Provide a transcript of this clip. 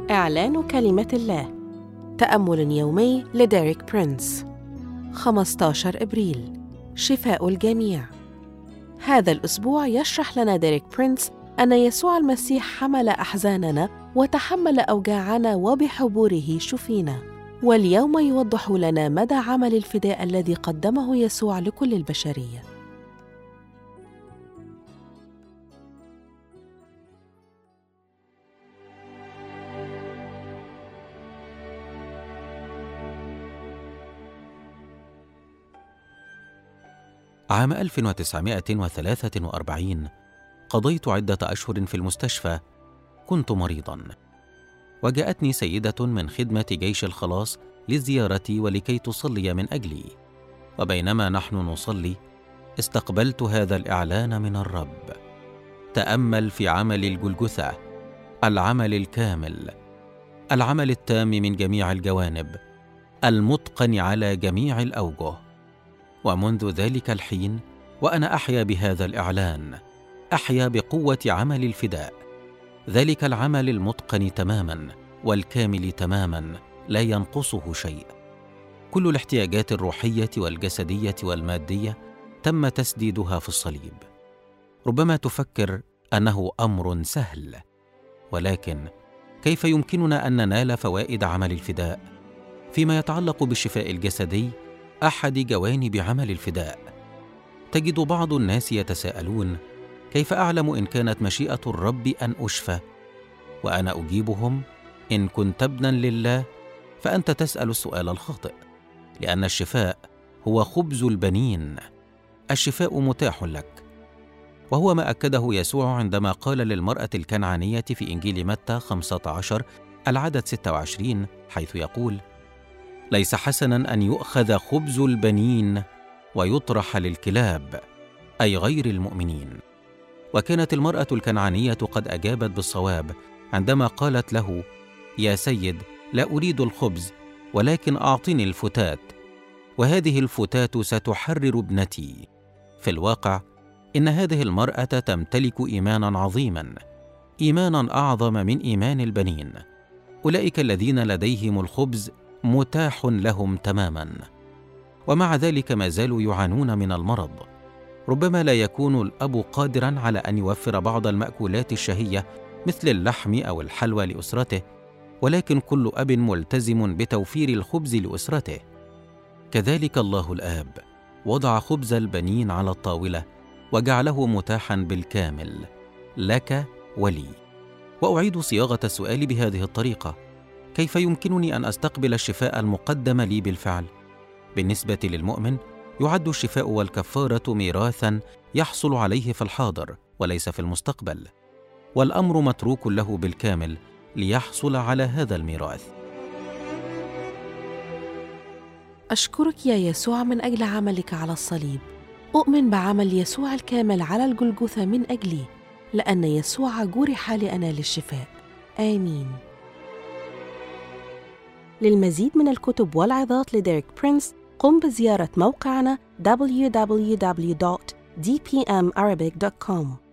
إعلان كلمة الله. تأمل يومي لديريك برينس. 15 إبريل. شفاء الجميع. هذا الأسبوع يشرح لنا ديريك برينس أن يسوع المسيح حمل أحزاننا وتحمل أوجاعنا وبحبوره شفينا. واليوم يوضح لنا مدى عمل الفداء الذي قدمه يسوع لكل البشرية. عام 1943 قضيت عدة أشهر في المستشفى. كنت مريضاً، وجاءتني سيدة من خدمة جيش الخلاص لزيارتي ولكي تصلي من أجلي. وبينما نحن نصلي استقبلت هذا الإعلان من الرب: تأمل في عمل الجلجثة، العمل الكامل، العمل التام من جميع الجوانب، المتقن على جميع الأوجه. ومنذ ذلك الحين وأنا أحيا بهذا الإعلان، أحيا بقوة عمل الفداء، ذلك العمل المتقن تماماً والكامل تماماً، لا ينقصه شيء. كل الاحتياجات الروحية والجسدية والمادية تم تسديدها في الصليب. ربما تفكر أنه أمر سهل، ولكن كيف يمكننا أن ننال فوائد عمل الفداء؟ فيما يتعلق بالشفاء الجسدي، أحد جوانب عمل الفداء، تجد بعض الناس يتساءلون: كيف أعلم إن كانت مشيئة الرب أن أشفى؟ وأنا أجيبهم: إن كنت ابناً لله فأنت تسأل السؤال الخاطئ، لأن الشفاء هو خبز البنين. الشفاء متاح لك، وهو ما أكده يسوع عندما قال للمرأة الكنعانية في إنجيل متى 15 العدد 26، حيث يقول: ليس حسناً أن يؤخذ خبز البنين ويطرح للكلاب، أي غير المؤمنين. وكانت المرأة الكنعانية قد أجابت بالصواب عندما قالت له: يا سيد، لا أريد الخبز، ولكن أعطني الفتات، وهذه الفتات ستحرر ابنتي. في الواقع إن هذه المرأة تمتلك إيماناً عظيماً، إيماناً أعظم من إيمان البنين. أولئك الذين لديهم الخبز متاح لهم تماماً، ومع ذلك ما زالوا يعانون من المرض. ربما لا يكون الأب قادراً على أن يوفر بعض المأكولات الشهية مثل اللحم أو الحلوى لأسرته، ولكن كل أب ملتزم بتوفير الخبز لأسرته. كذلك الله الآب وضع خبز البنين على الطاولة وجعله متاحاً بالكامل لك ولي. وأعيد صياغة السؤال بهذه الطريقة: كيف يمكنني أن أستقبل الشفاء المقدم لي بالفعل؟ بالنسبة للمؤمن يعد الشفاء والكفارة ميراثاً يحصل عليه في الحاضر وليس في المستقبل، والأمر متروك له بالكامل ليحصل على هذا الميراث. أشكرك يا يسوع من أجل عملك على الصليب. أؤمن بعمل يسوع الكامل على الجلجثة من أجلي، لأن يسوع جرح لأنال الشفاء. آمين. للمزيد من الكتب والعظات لديريك برينس قم بزيارة موقعنا www.dpmarabic.com.